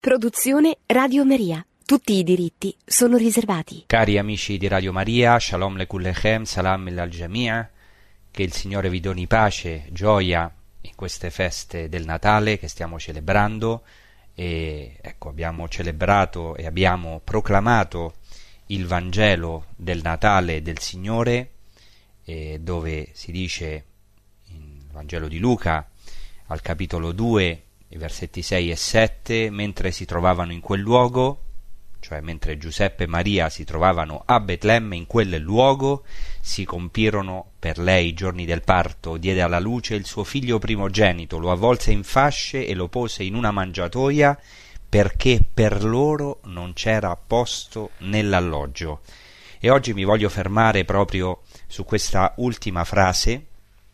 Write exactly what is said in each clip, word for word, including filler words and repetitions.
Produzione Radio Maria. Tutti i diritti sono riservati. Cari amici di Radio Maria, Shalom Lekullechem, Salam al Jamia, che il Signore vi doni pace, gioia in queste feste del Natale che stiamo celebrando. E ecco, abbiamo celebrato e abbiamo proclamato il Vangelo del Natale del Signore, eh, dove si dice in Vangelo di Luca al capitolo due, i versetti sei e sette: mentre si trovavano in quel luogo, cioè mentre Giuseppe e Maria si trovavano a Betlemme, in quel luogo si compirono per lei i giorni del parto, diede alla luce il suo figlio primogenito, lo avvolse in fasce e lo pose in una mangiatoia, perché per loro non c'era posto nell'alloggio. E oggi mi voglio fermare proprio su questa ultima frase,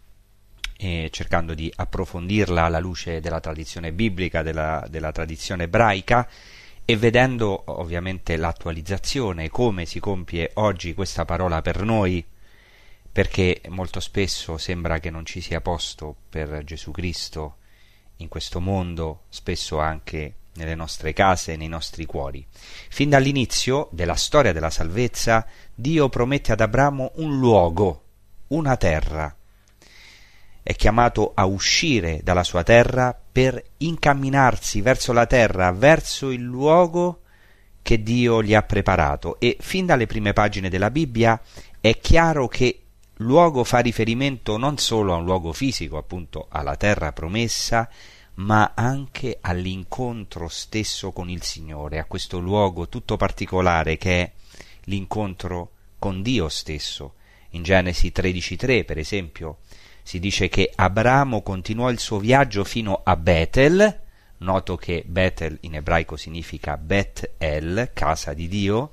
eh, cercando di approfondirla alla luce della tradizione biblica, della, della tradizione ebraica, e vedendo ovviamente l'attualizzazione, come si compie oggi questa parola per noi, perché molto spesso sembra che non ci sia posto per Gesù Cristo in questo mondo, spesso anche nelle nostre case, nei nostri cuori. Fin dall'inizio della storia della salvezza, Dio promette ad Abramo un luogo, una terra. È chiamato a uscire dalla sua terra per incamminarsi verso la terra, verso il luogo che Dio gli ha preparato. E fin dalle prime pagine della Bibbia è chiaro che luogo fa riferimento non solo a un luogo fisico, appunto alla terra promessa, ma anche all'incontro stesso con il Signore, a questo luogo tutto particolare che è l'incontro con Dio stesso. In Genesi tredici tre, per esempio, si dice che Abramo continuò il suo viaggio fino a Betel. Noto che Betel in ebraico significa Bet-El, casa di Dio.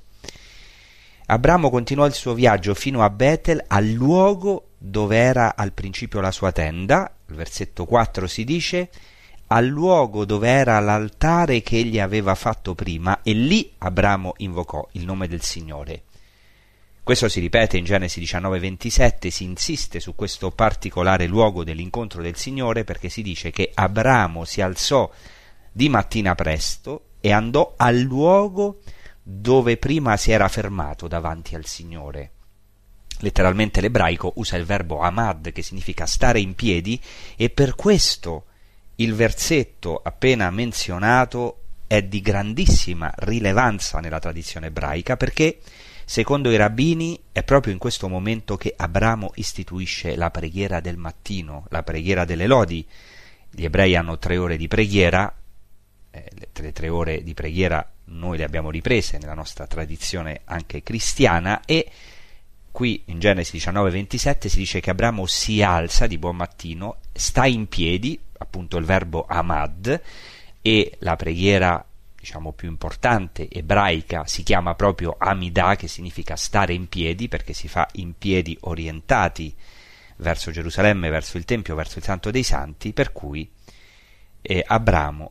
Abramo continuò il suo viaggio fino a Betel, al luogo dove era al principio la sua tenda. Il versetto quattro si dice: al luogo dove era l'altare che egli aveva fatto prima, e lì Abramo invocò il nome del Signore. Questo si ripete in Genesi diciannove ventisette, si insiste su questo particolare luogo dell'incontro del Signore, perché si dice che Abramo si alzò di mattina presto e andò al luogo dove prima si era fermato davanti al Signore. Letteralmente l'ebraico usa il verbo amad, che significa stare in piedi, e per questo il versetto appena menzionato è di grandissima rilevanza nella tradizione ebraica, perché secondo i rabbini è proprio in questo momento che Abramo istituisce la preghiera del mattino, la preghiera delle lodi. Gli ebrei hanno tre ore di preghiera, eh, le tre, tre ore di preghiera noi le abbiamo riprese nella nostra tradizione anche cristiana, e qui in Genesi diciannove ventisette si dice che Abramo si alza di buon mattino, sta in piedi, appunto il verbo amad, e la preghiera diciamo più importante ebraica si chiama proprio Amidah, che significa stare in piedi, perché si fa in piedi orientati verso Gerusalemme, verso il Tempio, verso il Santo dei Santi, per cui eh, Abramo,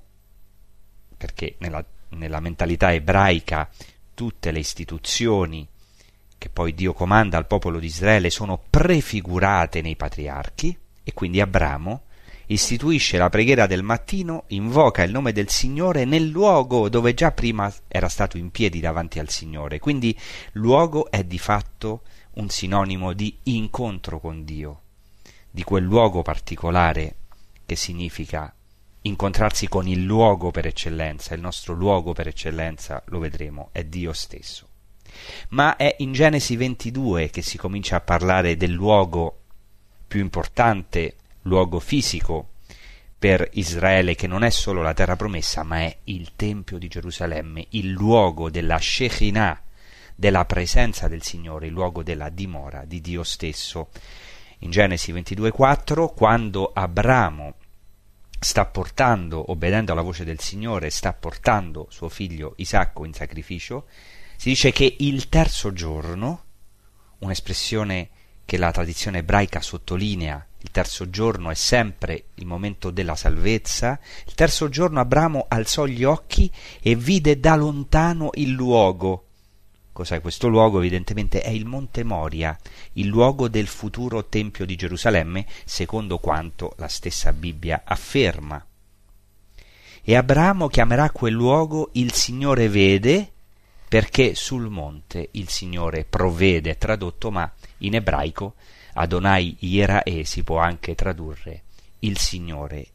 perché nella, nella mentalità ebraica tutte le istituzioni che poi Dio comanda al popolo di Israele sono prefigurate nei patriarchi, e quindi Abramo istituisce la preghiera del mattino, invoca il nome del Signore nel luogo dove già prima era stato in piedi davanti al Signore. Quindi luogo è di fatto un sinonimo di incontro con Dio, di quel luogo particolare che significa incontrarsi con il luogo per eccellenza. Il nostro luogo per eccellenza, lo vedremo, è Dio stesso. Ma è in Genesi ventidue che si comincia a parlare del luogo più importante, luogo fisico per Israele, che non è solo la terra promessa, ma è il Tempio di Gerusalemme, il luogo della Shekinah, della presenza del Signore, il luogo della dimora di Dio stesso. In Genesi ventidue quattro, quando Abramo sta portando, obbedendo alla voce del Signore, sta portando suo figlio Isacco in sacrificio, si dice che il terzo giorno, un'espressione che la tradizione ebraica sottolinea, il terzo giorno è sempre il momento della salvezza, il terzo giorno Abramo alzò gli occhi e vide da lontano il luogo. Cos'è questo luogo? Evidentemente è il Monte Moria, il luogo del futuro Tempio di Gerusalemme, secondo quanto la stessa Bibbia afferma. E Abramo chiamerà quel luogo il Signore vede, perché sul monte il Signore provvede, è tradotto, ma in ebraico Adonai Yerae si può anche tradurre il Signore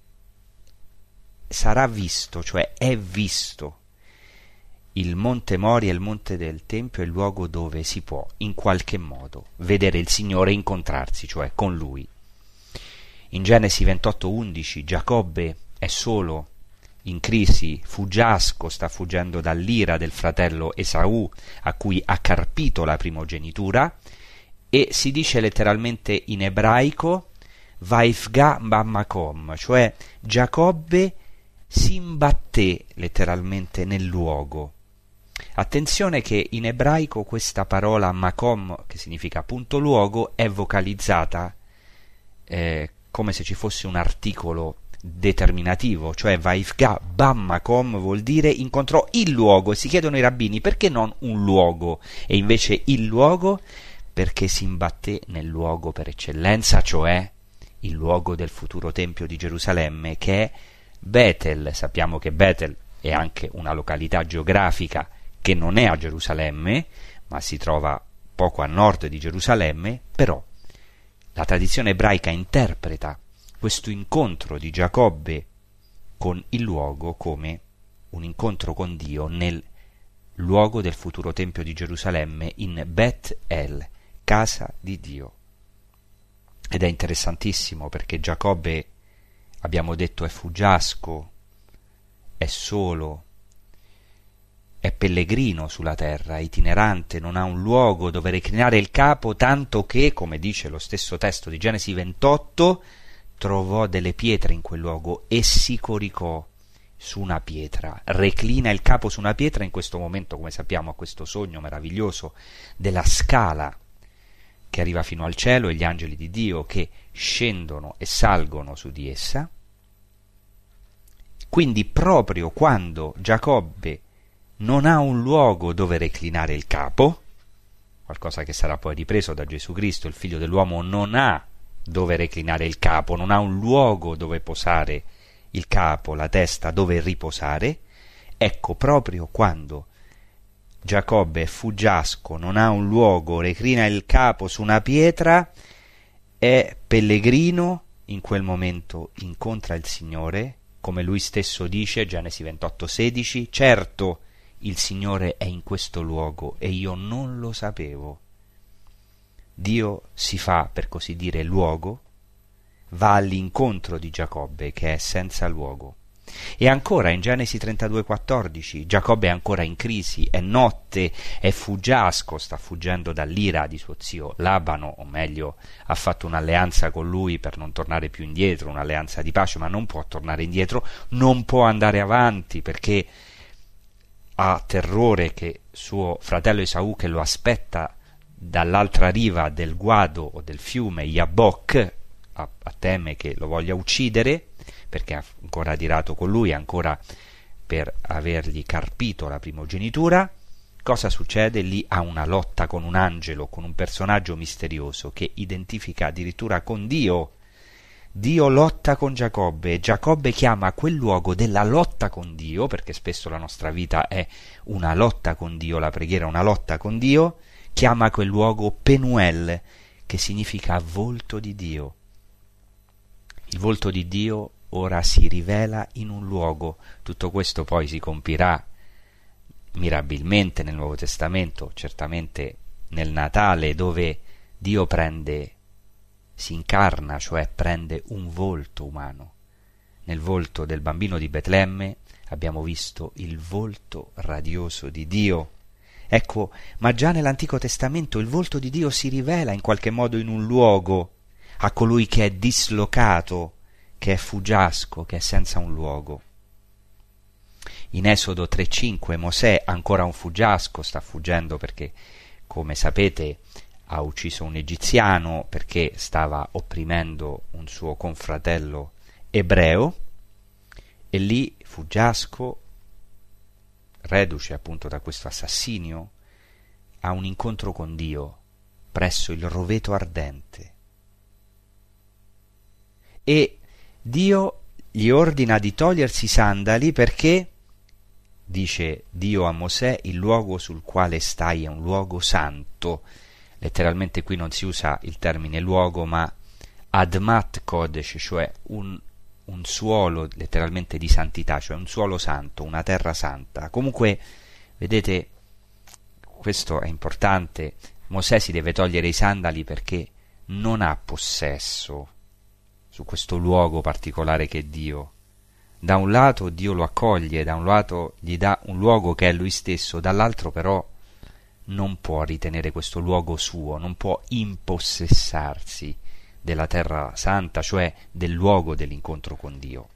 sarà visto, cioè è visto. Il monte Moria, il monte del Tempio, è il luogo dove si può in qualche modo vedere il Signore e incontrarsi, cioè con Lui. In Genesi ventotto undici Giacobbe è solo, in crisi, fuggiasco, sta fuggendo dall'ira del fratello Esaù, a cui ha carpito la primogenitura, e si dice letteralmente in ebraico Vaifga Bammakom, cioè Giacobbe si imbatté letteralmente nel luogo. Attenzione che in ebraico questa parola makom, che significa appunto luogo, è vocalizzata eh, come se ci fosse un articolo determinativo, cioè Vaifga Bammakom vuol dire incontrò il luogo, e si chiedono i rabbini perché non un luogo e invece il luogo, perché si imbatté nel luogo per eccellenza, cioè il luogo del futuro Tempio di Gerusalemme, che è Betel. Sappiamo che Betel è anche una località geografica che non è a Gerusalemme, ma si trova poco a nord di Gerusalemme, però la tradizione ebraica interpreta questo incontro di Giacobbe con il luogo come un incontro con Dio nel luogo del futuro Tempio di Gerusalemme, in Bet El, casa di Dio. Ed è interessantissimo perché Giacobbe, abbiamo detto, è fuggiasco, è solo, è pellegrino sulla terra, itinerante, non ha un luogo dove reclinare il capo, tanto che, come dice lo stesso testo di Genesi ventotto, trovò delle pietre in quel luogo e si coricò su una pietra, reclina il capo su una pietra. In questo momento, come sappiamo, ha questo sogno meraviglioso della scala che arriva fino al cielo e gli angeli di Dio che scendono e salgono su di essa. Quindi proprio quando Giacobbe non ha un luogo dove reclinare il capo, qualcosa che sarà poi ripreso da Gesù Cristo, il figlio dell'uomo non ha dove reclinare il capo, non ha un luogo dove posare il capo, la testa dove riposare, ecco proprio quando Giacobbe è fuggiasco, non ha un luogo, reclina il capo su una pietra, è pellegrino, in quel momento incontra il Signore, come lui stesso dice, Genesi ventotto sedici, certo il Signore è in questo luogo e io non lo sapevo. Dio si fa, per così dire, luogo, va all'incontro di Giacobbe che è senza luogo. E ancora in Genesi trentadue quattordici Giacobbe è ancora in crisi, è notte, è fuggiasco, sta fuggendo dall'ira di suo zio Labano, o meglio ha fatto un'alleanza con lui per non tornare più indietro, un'alleanza di pace, ma non può tornare indietro, non può andare avanti perché ha terrore che suo fratello Esaù, che lo aspetta dall'altra riva del guado o del fiume Yabok, a, a teme che lo voglia uccidere perché ha ancora adirato con lui, ancora per avergli carpito la primogenitura. Cosa succede? Lì ha una lotta con un angelo, con un personaggio misterioso che identifica addirittura con Dio. Dio lotta con Giacobbe e Giacobbe chiama quel luogo della lotta con Dio, perché spesso la nostra vita è una lotta con Dio, la preghiera è una lotta con Dio, chiama quel luogo Penuel, che significa volto di Dio. Il volto di Dio ora si rivela in un luogo. Tutto questo poi si compirà mirabilmente nel Nuovo Testamento, certamente nel Natale, dove Dio prende, si incarna, cioè prende un volto umano. Nel volto del bambino di Betlemme abbiamo visto il volto radioso di Dio. Ecco, ma già nell'Antico Testamento il volto di Dio si rivela in qualche modo in un luogo, a colui che è dislocato, che è fuggiasco, che è senza un luogo. In Esodo tre cinque Mosè, ancora un fuggiasco, sta fuggendo perché, come sapete, ha ucciso un egiziano perché stava opprimendo un suo confratello ebreo, e lì fuggiasco, reduce appunto da questo assassinio, ha un incontro con Dio presso il roveto ardente. E Dio gli ordina di togliersi i sandali perché, dice Dio a Mosè, il luogo sul quale stai è un luogo santo. Letteralmente qui non si usa il termine luogo, ma Admat Kodesh, cioè un, un suolo letteralmente di santità, cioè un suolo santo, una terra santa. Comunque, vedete, questo è importante. Mosè si deve togliere i sandali perché non ha possesso su questo luogo particolare che è Dio. Da un lato Dio lo accoglie, da un lato gli dà un luogo che è lui stesso, dall'altro però non può ritenere questo luogo suo, non può impossessarsi della terra santa, cioè del luogo dell'incontro con Dio.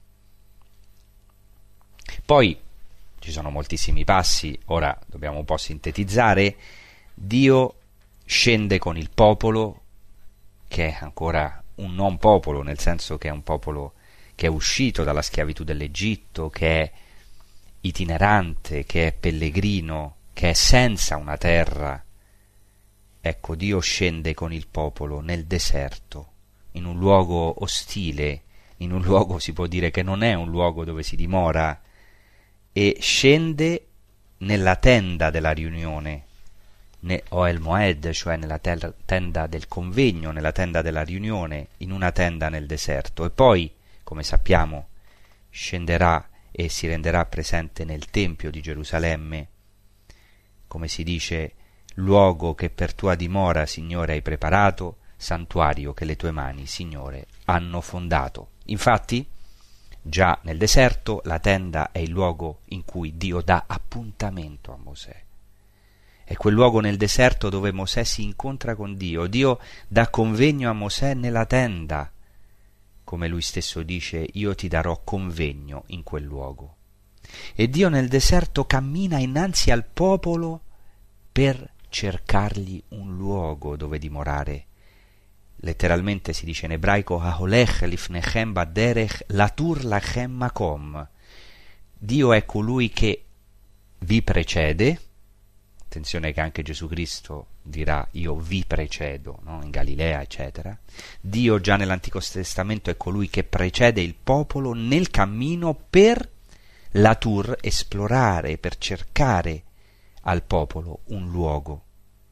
Poi ci sono moltissimi passi, ora dobbiamo un po' sintetizzare. Dio scende con il popolo, che è ancora un non popolo, nel senso che è un popolo che è uscito dalla schiavitù dell'Egitto, che è itinerante, che è pellegrino, che è senza una terra. Ecco, Dio scende con il popolo nel deserto, in un luogo ostile, in un luogo, si può dire, che non è un luogo dove si dimora, e scende nella tenda della riunione, ne, o el Moed, cioè nella ter- tenda del convegno, nella tenda della riunione, in una tenda nel deserto, e poi, come sappiamo, scenderà e si renderà presente nel Tempio di Gerusalemme, come si dice, luogo che per tua dimora, Signore, hai preparato, santuario che le tue mani, Signore, hanno fondato. Infatti, già nel deserto la tenda è il luogo in cui Dio dà appuntamento a Mosè. È quel luogo nel deserto dove Mosè si incontra con Dio. Dio dà convegno a Mosè nella tenda. Come lui stesso dice, io ti darò convegno in quel luogo. E Dio nel deserto cammina innanzi al popolo per cercargli un luogo dove dimorare. Letteralmente si dice in ebraico Aholech lifnechem baderech latur lachem makom. Dio è colui che vi precede. Attenzione che anche Gesù Cristo dirà io vi precedo, no? In Galilea, eccetera. Dio già nell'Antico Testamento è colui che precede il popolo nel cammino per latur, esplorare, per cercare al popolo un luogo.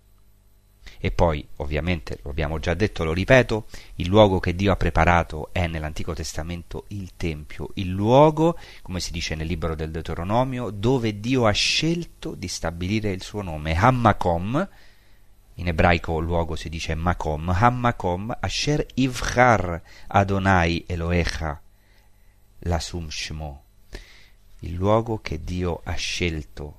E poi, ovviamente, lo abbiamo già detto, lo ripeto, il luogo che Dio ha preparato è nell'Antico Testamento il Tempio, il luogo, come si dice nel libro del Deuteronomio, dove Dio ha scelto di stabilire il suo nome. Hammakom, in ebraico luogo si dice Makom, Hammakom, Asher Ivchar Adonai Elohecha, Lasum Shmo, il luogo che Dio ha scelto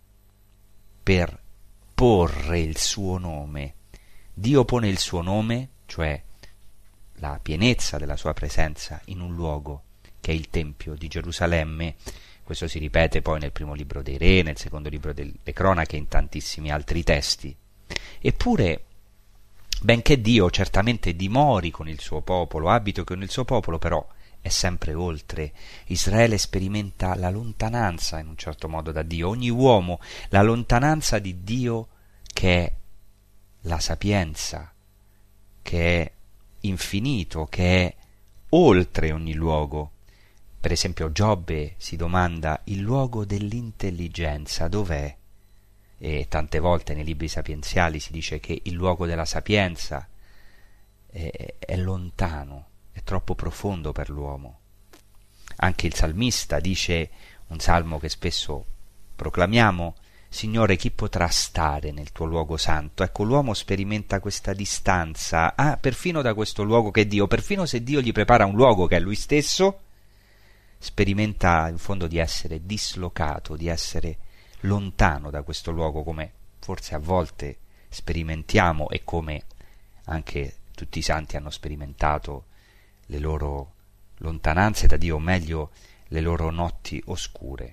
per porre il suo nome. Dio pone il suo nome, cioè la pienezza della sua presenza, in un luogo che è il Tempio di Gerusalemme. Questo si ripete poi nel primo libro dei Re, nel secondo libro delle Cronache e in tantissimi altri testi. Eppure, benché Dio certamente dimori con il suo popolo, abiti con il suo popolo, però è sempre oltre. Israele sperimenta la lontananza in un certo modo da Dio, ogni uomo la lontananza di Dio, che è la sapienza, che è infinito, che è oltre ogni luogo. Per esempio Giobbe si domanda il luogo dell'intelligenza dov'è? E tante volte nei libri sapienziali si dice che il luogo della sapienza è, è lontano, è troppo profondo per l'uomo. Anche il salmista dice, un salmo che spesso proclamiamo, Signore, chi potrà stare nel tuo luogo santo? Ecco, l'uomo sperimenta questa distanza, ah, perfino da questo luogo che è Dio, perfino se Dio gli prepara un luogo che è lui stesso, sperimenta in fondo di essere dislocato, di essere lontano da questo luogo, come forse a volte sperimentiamo e come anche tutti i santi hanno sperimentato le loro lontananze da Dio, o meglio le loro notti oscure.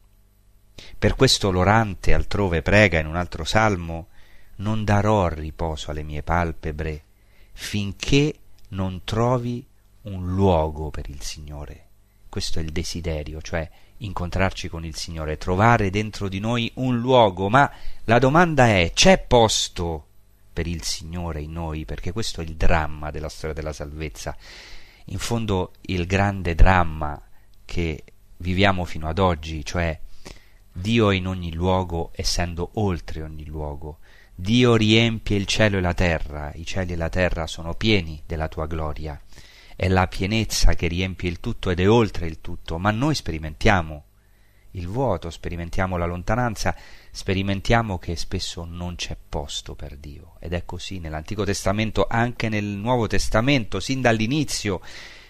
Per questo l'orante altrove prega in un altro salmo: non darò riposo alle mie palpebre finché non trovi un luogo per il Signore. Questo è il desiderio, cioè incontrarci con il Signore, trovare dentro di noi un luogo. Ma la domanda è: c'è posto per il Signore in noi? Perché questo è il dramma della storia della salvezza. in fondo il grande dramma che viviamo fino ad oggi, cioè Dio è in ogni luogo essendo oltre ogni luogo. Dio riempie il cielo e la terra, i cieli e la terra sono pieni della tua gloria. È la pienezza che riempie il tutto ed è oltre il tutto, ma noi sperimentiamo il vuoto, sperimentiamo la lontananza, sperimentiamo che spesso non c'è posto per Dio. Ed è così nell'Antico Testamento, anche nel Nuovo Testamento, sin dall'inizio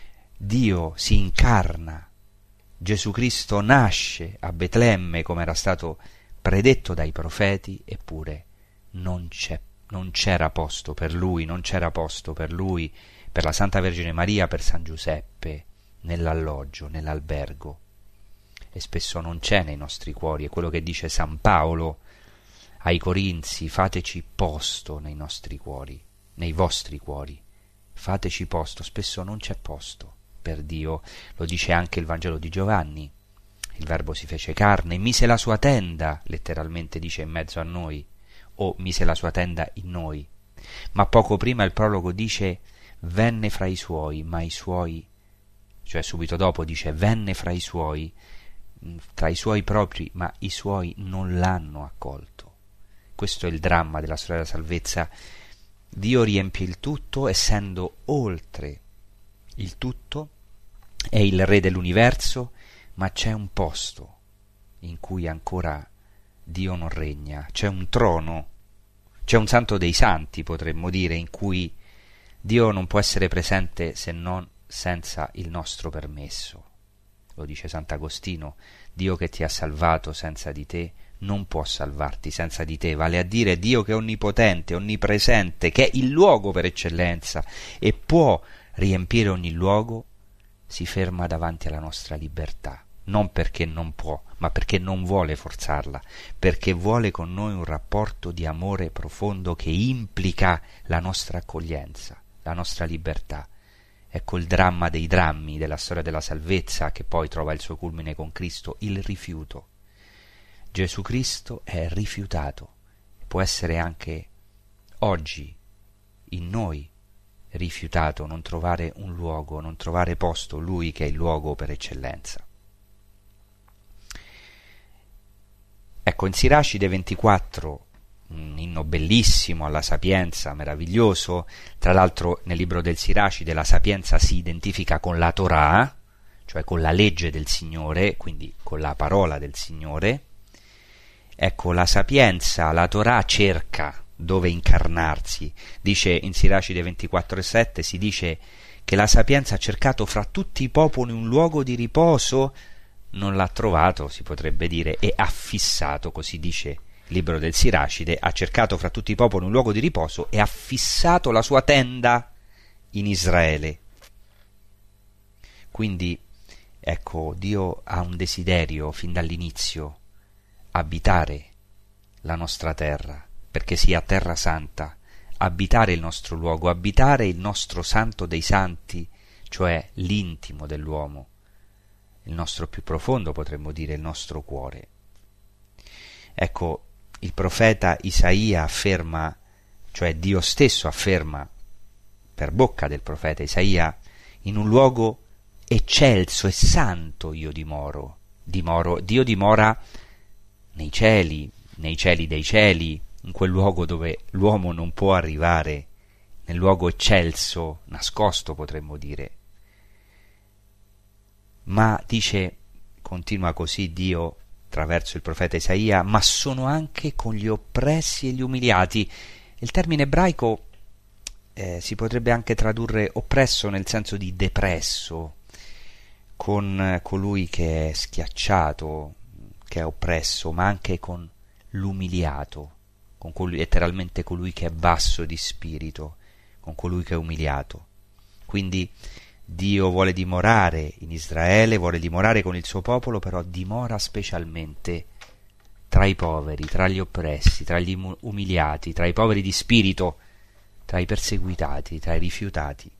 Dio si incarna. Gesù Cristo nasce a Betlemme come era stato predetto dai profeti, eppure non c'è, non c'era posto per lui, non c'era posto per lui, per la Santa Vergine Maria, per San Giuseppe, nell'alloggio, nell'albergo. E spesso non c'è nei nostri cuori, è quello che dice San Paolo ai Corinzi: fateci posto nei nostri cuori, nei vostri cuori, fateci posto. Spesso non c'è posto per Dio, lo dice anche il Vangelo di Giovanni. Il Verbo si fece carne, mise la sua tenda, letteralmente dice, in mezzo a noi, o mise la sua tenda in noi. Ma poco prima il prologo dice venne fra i suoi, ma i suoi, cioè subito dopo dice venne fra i suoi, tra i suoi propri, ma i suoi non l'hanno accolto. Questo è il dramma della storia della salvezza. Dio riempie il tutto essendo oltre il tutto, è il re dell'universo, ma c'è un posto in cui ancora Dio non regna, c'è un trono, c'è un santo dei santi, potremmo dire, in cui Dio non può essere presente se non senza il nostro permesso. Lo dice Sant'Agostino: Dio che ti ha salvato senza di te non può salvarti senza di te, vale a dire Dio che è onnipotente, onnipresente, che è il luogo per eccellenza e può riempire ogni luogo, si ferma davanti alla nostra libertà, non perché non può, ma perché non vuole forzarla, perché vuole con noi un rapporto di amore profondo che implica la nostra accoglienza, la nostra libertà. Ecco il dramma dei drammi della storia della salvezza, che poi trova il suo culmine con Cristo, il rifiuto. Gesù Cristo è rifiutato, può essere anche oggi in noi rifiutato, non trovare un luogo, non trovare posto, lui che è il luogo per eccellenza. Ecco, in Siracide ventiquattro, un inno bellissimo alla sapienza, meraviglioso. Tra l'altro nel libro del Siracide la sapienza si identifica con la Torah, cioè con la legge del Signore, quindi con la parola del Signore. Ecco, la sapienza, la Torah cerca dove incarnarsi. Dice in Siracide ventiquattro e sette, si dice che la sapienza ha cercato fra tutti i popoli un luogo di riposo, non l'ha trovato, si potrebbe dire, e ha fissato, così dice il libro del Siracide, ha cercato fra tutti i popoli un luogo di riposo e ha fissato la sua tenda in Israele. Quindi, ecco, Dio ha un desiderio fin dall'inizio: abitare la nostra terra, perché sia terra santa, abitare il nostro luogo, abitare il nostro santo dei santi, cioè l'intimo dell'uomo, il nostro più profondo, potremmo dire, il nostro cuore. Ecco, il profeta Isaia afferma, cioè Dio stesso afferma per bocca del profeta Isaia: in un luogo eccelso e santo io dimoro, dimoro, Dio dimora nei cieli, nei cieli dei cieli, in quel luogo dove l'uomo non può arrivare, nel luogo eccelso, nascosto, potremmo dire. Ma dice, continua così Dio attraverso il profeta Isaia, ma sono anche con gli oppressi e gli umiliati. Il termine ebraico eh, si potrebbe anche tradurre oppresso nel senso di depresso, con colui che è schiacciato, che è oppresso, ma anche con l'umiliato, con colui, letteralmente colui che è basso di spirito, con colui che è umiliato. Quindi Dio vuole dimorare in Israele, vuole dimorare con il suo popolo, però dimora specialmente tra i poveri, tra gli oppressi, tra gli umiliati, tra i poveri di spirito, tra i perseguitati, tra i rifiutati.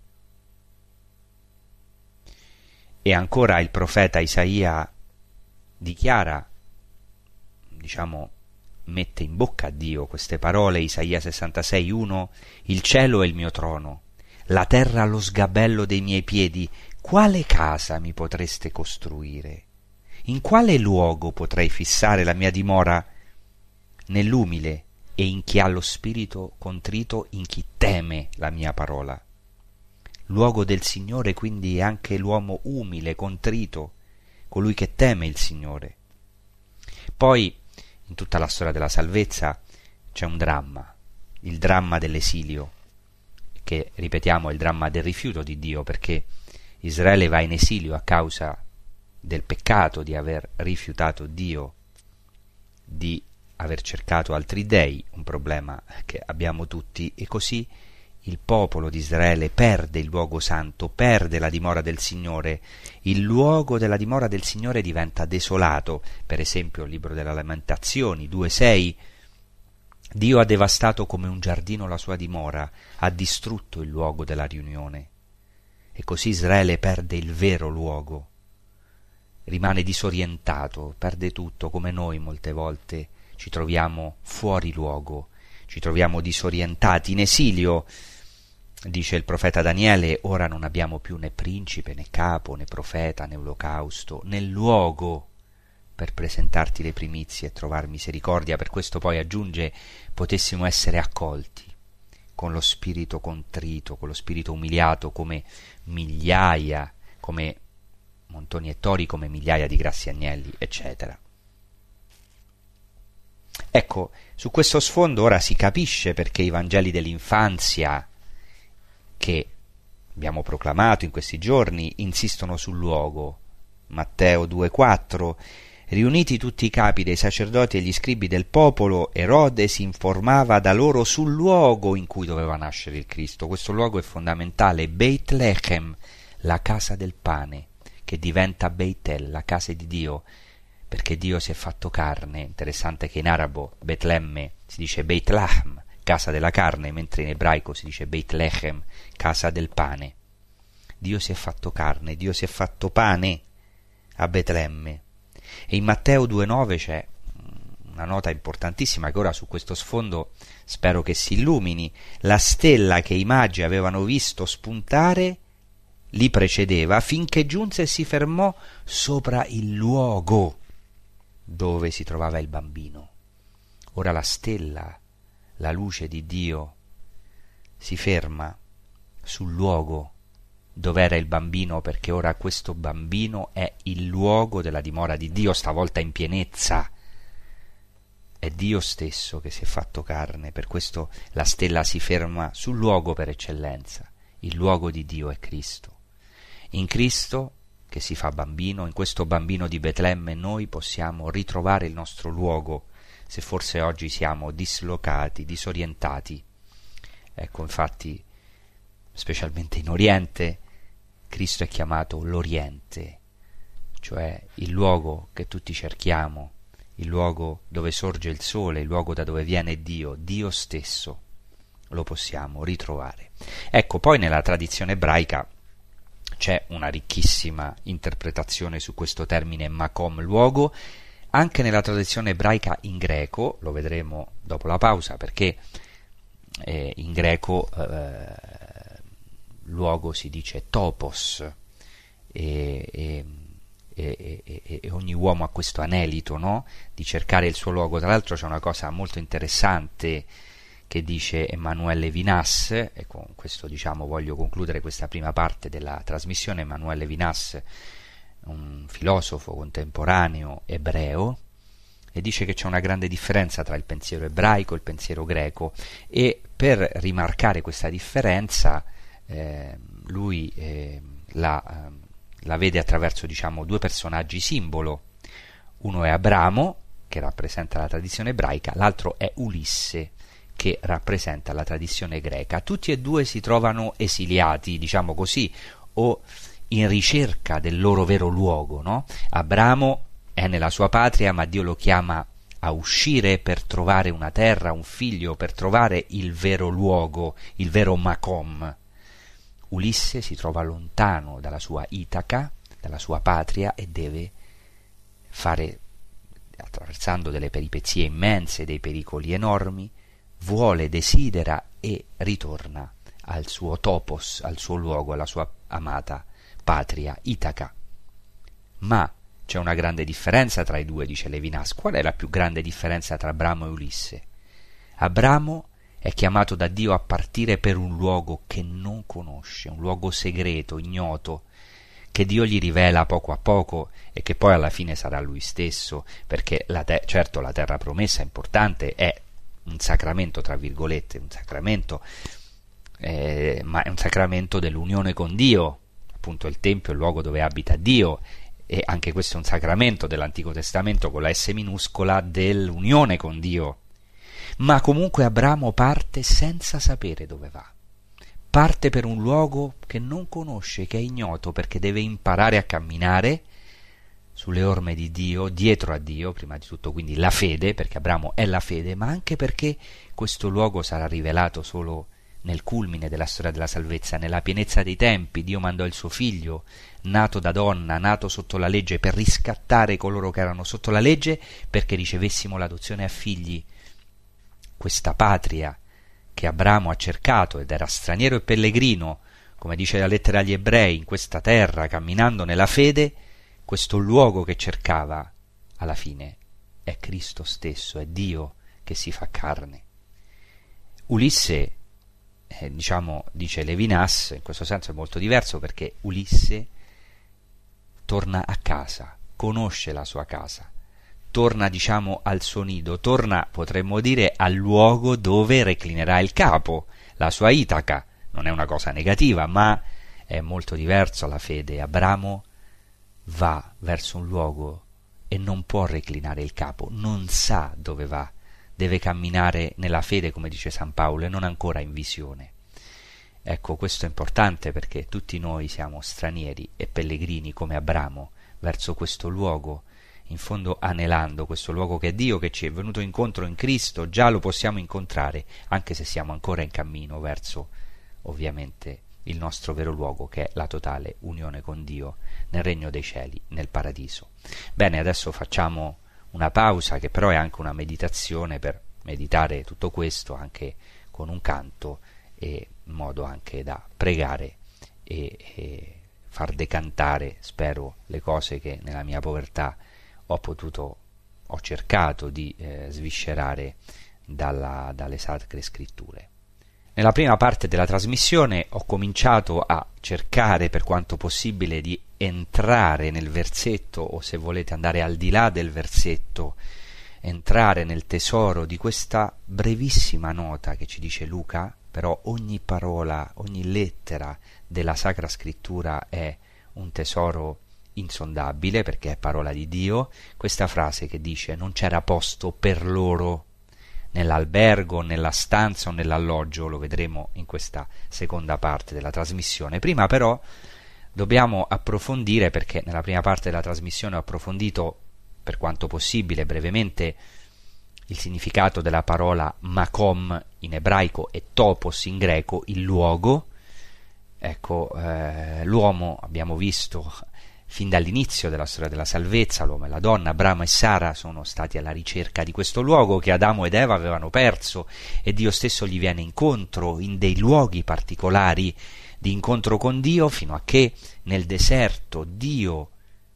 E ancora il profeta Isaia dichiara, diciamo, mette in bocca a Dio queste parole, Isaia sessantasei uno: il cielo è il mio trono, la terra allo sgabello dei miei piedi, quale casa mi potreste costruire? In quale luogo potrei fissare la mia dimora? Nell'umile e in chi ha lo spirito contrito, in chi teme la mia parola. Luogo del Signore quindi è anche l'uomo umile, contrito, colui che teme il Signore. Poi, in tutta la storia della salvezza, c'è un dramma, il dramma dell'esilio, che, ripetiamo, è il dramma del rifiuto di Dio, perché Israele va in esilio a causa del peccato di aver rifiutato Dio, di aver cercato altri dei, un problema che abbiamo tutti, e così il popolo di Israele perde il luogo santo, perde la dimora del Signore. Il luogo della dimora del Signore diventa desolato. Per esempio il libro delle Lamentazioni due sei: Dio ha devastato come un giardino la sua dimora, ha distrutto il luogo della riunione. E così Israele perde il vero luogo, rimane disorientato, perde tutto, come noi molte volte ci troviamo fuori luogo, ci troviamo disorientati, in esilio. Dice il profeta Daniele: ora non abbiamo più né principe, né capo, né profeta, né olocausto, né luogo per presentarti le primizie e trovar misericordia. Per questo poi aggiunge: potessimo essere accolti con lo spirito contrito, con lo spirito umiliato, come migliaia, come montoni e tori, come migliaia di grassi agnelli, eccetera. Ecco, su questo sfondo ora si capisce perché i Vangeli dell'infanzia, che abbiamo proclamato in questi giorni, insistono sul luogo. Matteo due quattro: riuniti tutti i capi dei sacerdoti e gli scribi del popolo, Erode si informava da loro sul luogo in cui doveva nascere il Cristo. Questo luogo è fondamentale, Beit Lechem, la casa del pane, che diventa Beitel, la casa di Dio, perché Dio si è fatto carne. Interessante che in arabo Betlemme si dice Beit Lahm, casa della carne, mentre in ebraico si dice Beit Lechem, casa del pane. Dio si è fatto carne, Dio si è fatto pane a Betlemme. E in Matteo due nove c'è una nota importantissima che ora su questo sfondo spero che si illumini: la stella che i magi avevano visto spuntare li precedeva finché giunse e si fermò sopra il luogo dove si trovava il bambino. Ora la stella, la luce di Dio, si ferma sul luogo dove era il bambino, perché ora questo bambino è il luogo della dimora di Dio, stavolta in pienezza. È Dio stesso che si è fatto carne, per questo la stella si ferma sul luogo per eccellenza. Il luogo di Dio è Cristo. In Cristo, che si fa bambino, in questo bambino di Betlemme noi possiamo ritrovare il nostro luogo, se forse oggi siamo dislocati, disorientati. Ecco, infatti, specialmente in Oriente, Cristo è chiamato l'Oriente, cioè il luogo che tutti cerchiamo, il luogo dove sorge il sole, il luogo da dove viene Dio, Dio stesso, lo possiamo ritrovare. Ecco, poi nella tradizione ebraica c'è una ricchissima interpretazione su questo termine makom, luogo, anche nella tradizione ebraica in greco, lo vedremo dopo la pausa, perché eh, in greco eh, luogo si dice topos, e, e, e, e, e ogni uomo ha questo anelito, no? Di cercare il suo luogo. Tra l'altro c'è una cosa molto interessante che dice Emanuele Levinas, e con questo diciamo voglio concludere questa prima parte della trasmissione. Emanuele Levinas, un filosofo contemporaneo ebreo, e dice che c'è una grande differenza tra il pensiero ebraico e il pensiero greco, e per rimarcare questa differenza eh, lui eh, la, eh, la vede attraverso diciamo due personaggi simbolo. Uno è Abramo, che rappresenta la tradizione ebraica, l'altro è Ulisse, che rappresenta la tradizione greca. Tutti e due si trovano esiliati, diciamo così, o in ricerca del loro vero luogo, no? Abramo è nella sua patria, ma Dio lo chiama a uscire per trovare una terra, un figlio, per trovare il vero luogo, il vero makom. Ulisse si trova lontano dalla sua Itaca, dalla sua patria, e deve fare, attraversando delle peripezie immense, dei pericoli enormi, vuole, desidera e ritorna al suo topos, al suo luogo, alla sua amata patria Itaca. Ma c'è una grande differenza tra i due, dice Levinas. Qual è la più grande differenza tra Abramo e Ulisse? Abramo è chiamato da Dio a partire per un luogo che non conosce, un luogo segreto, ignoto, che Dio gli rivela poco a poco e che poi alla fine sarà lui stesso, perché la te- certo la terra promessa è importante, è un sacramento tra virgolette, un sacramento, eh, ma è un sacramento dell'unione con Dio, appunto il Tempio è il luogo dove abita Dio, e anche questo è un sacramento dell'Antico Testamento con la S minuscola dell'unione con Dio. Ma comunque Abramo parte senza sapere dove va. Parte per un luogo che non conosce, che è ignoto, perché deve imparare a camminare sulle orme di Dio, dietro a Dio, prima di tutto quindi la fede, perché Abramo è la fede, ma anche perché questo luogo sarà rivelato solo nel culmine della storia della salvezza, nella pienezza dei tempi. Dio mandò il suo figlio, nato da donna, nato sotto la legge, per riscattare coloro che erano sotto la legge, perché ricevessimo l'adozione a figli. Questa patria che Abramo ha cercato ed era straniero e pellegrino, come dice la lettera agli Ebrei, in questa terra, camminando nella fede, questo luogo che cercava, alla fine, è Cristo stesso, è Dio che si fa carne. Ulisse, eh, diciamo, dice Levinas, in questo senso è molto diverso, perché Ulisse torna a casa, conosce la sua casa, torna, diciamo, al suo nido, torna, potremmo dire, al luogo dove reclinerà il capo, la sua Itaca. Non è una cosa negativa, ma è molto diverso la fede. Abramo va verso un luogo e non può reclinare il capo, non sa dove va, deve camminare nella fede, come dice San Paolo, e non ancora in visione. Ecco, questo è importante perché tutti noi siamo stranieri e pellegrini come Abramo verso questo luogo, in fondo anelando questo luogo che è Dio, che ci è venuto incontro in Cristo. Già lo possiamo incontrare, anche se siamo ancora in cammino verso, ovviamente, il nostro vero luogo, che è la totale unione con Dio nel regno dei cieli, nel paradiso. Bene, adesso facciamo una pausa, che però è anche una meditazione, per meditare tutto questo anche con un canto, e in modo anche da pregare e, e far decantare, spero, le cose che nella mia povertà ho potuto, ho cercato di eh, sviscerare dalla, dalle Sacre Scritture. Nella prima parte della trasmissione ho cominciato a cercare, per quanto possibile, di entrare nel versetto, o se volete andare al di là del versetto, entrare nel tesoro di questa brevissima nota che ci dice Luca. Però ogni parola, ogni lettera della Sacra Scrittura è un tesoro insondabile, perché è parola di Dio. Questa frase che dice: non c'era posto per loro nell'albergo, nella stanza o nell'alloggio, lo vedremo in questa seconda parte della trasmissione. Prima però dobbiamo approfondire, perché nella prima parte della trasmissione ho approfondito, per quanto possibile, brevemente, il significato della parola makom in ebraico e topos in greco, il luogo. Ecco, eh, l'uomo, abbiamo visto fin dall'inizio della storia della salvezza, l'uomo e la donna, Abramo e Sara, sono stati alla ricerca di questo luogo che Adamo ed Eva avevano perso, e Dio stesso gli viene incontro in dei luoghi particolari di incontro con Dio, fino a che nel deserto Dio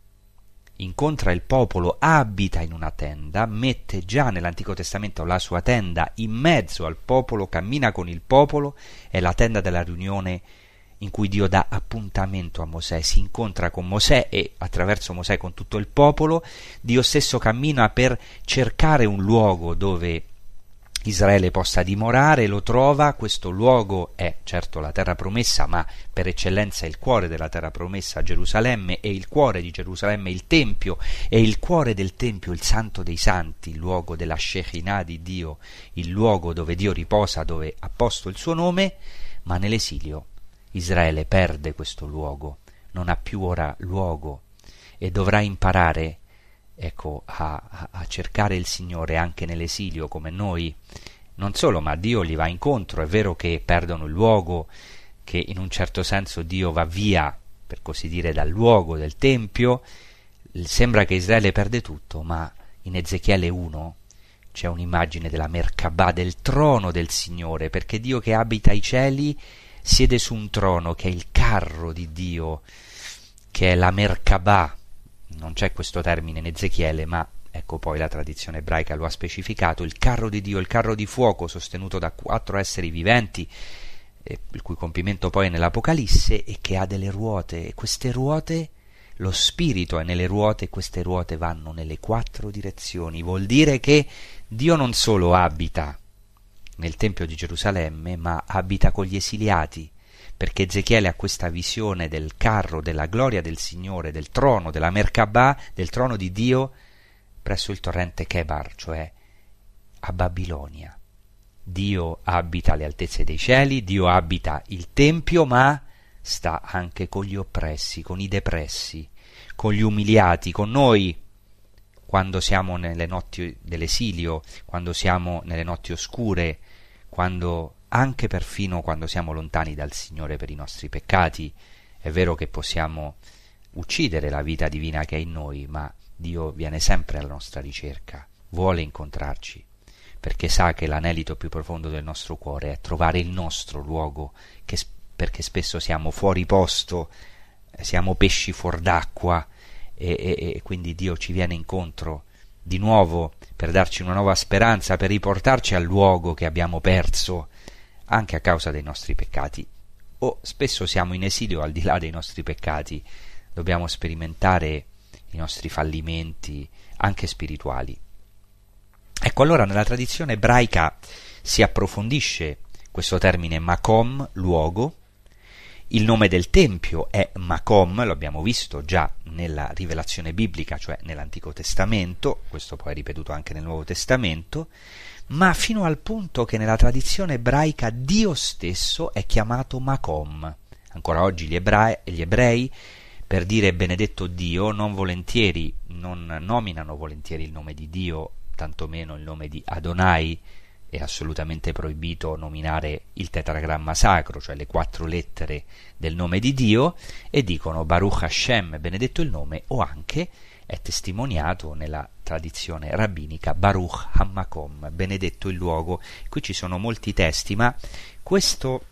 incontra il popolo, abita in una tenda, mette già nell'Antico Testamento la sua tenda in mezzo al popolo, cammina con il popolo, è la tenda della riunione in cui Dio dà appuntamento a Mosè, si incontra con Mosè e attraverso Mosè con tutto il popolo. Dio stesso cammina per cercare un luogo dove Israele possa dimorare, lo trova. Questo luogo è certo la terra promessa, ma per eccellenza il cuore della terra promessa, Gerusalemme, e il cuore di Gerusalemme il Tempio, e il cuore del Tempio il Santo dei Santi, il luogo della Shekinah di Dio, il luogo dove Dio riposa, dove ha posto il suo nome. Ma nell'esilio Israele perde questo luogo, non ha più ora luogo, e dovrà imparare ecco, a, a, a cercare il Signore anche nell'esilio, come noi. Non solo, ma Dio gli va incontro. È vero che perdono il luogo, che in un certo senso Dio va via, per così dire, dal luogo del Tempio. Sembra che Israele perde tutto, ma in Ezechiele uno c'è un'immagine della Merkabah, del trono del Signore, perché Dio che abita ai cieli siede su un trono che è il carro di Dio, che è la Merkabah. Non c'è questo termine in Ezechiele, ma ecco poi la tradizione ebraica lo ha specificato, il carro di Dio, il carro di fuoco sostenuto da quattro esseri viventi, eh, il cui compimento poi è nell'Apocalisse, e che ha delle ruote, e queste ruote, lo spirito è nelle ruote, e queste ruote vanno nelle quattro direzioni. Vuol dire che Dio non solo abita nel Tempio di Gerusalemme, ma abita con gli esiliati, perché Ezechiele ha questa visione del carro, della gloria del Signore, del trono, della Merkabah, del trono di Dio, presso il torrente Chebar, cioè a Babilonia. Dio abita alle altezze dei cieli, Dio abita il Tempio, ma sta anche con gli oppressi, con i depressi, con gli umiliati, con noi, quando siamo nelle notti dell'esilio, quando siamo nelle notti oscure, quando anche perfino quando siamo lontani dal Signore per i nostri peccati. È vero che possiamo uccidere la vita divina che è in noi, ma Dio viene sempre alla nostra ricerca, vuole incontrarci, perché sa che l'anelito più profondo del nostro cuore è trovare il nostro luogo, che, perché spesso siamo fuori posto, siamo pesci fuor d'acqua, e, e, e quindi Dio ci viene incontro di nuovo per darci una nuova speranza, per riportarci al luogo che abbiamo perso anche a causa dei nostri peccati. O spesso siamo in esilio al di là dei nostri peccati, dobbiamo sperimentare i nostri fallimenti anche spirituali. Ecco, allora nella tradizione ebraica si approfondisce questo termine Makom, luogo. Il nome del tempio è Makom, lo abbiamo visto già nella rivelazione biblica, cioè nell'Antico Testamento, questo poi è ripetuto anche nel Nuovo Testamento, ma fino al punto che nella tradizione ebraica Dio stesso è chiamato Makom. Ancora oggi gli ebrei, gli ebrei per dire benedetto Dio, non volentieri, non nominano volentieri il nome di Dio, tantomeno il nome di Adonai. È assolutamente proibito nominare il tetragramma sacro, cioè le quattro lettere del nome di Dio, e dicono Baruch Hashem, benedetto il nome, o anche è testimoniato nella tradizione rabbinica Baruch Hammakom, benedetto il luogo. Qui ci sono molti testi, ma questo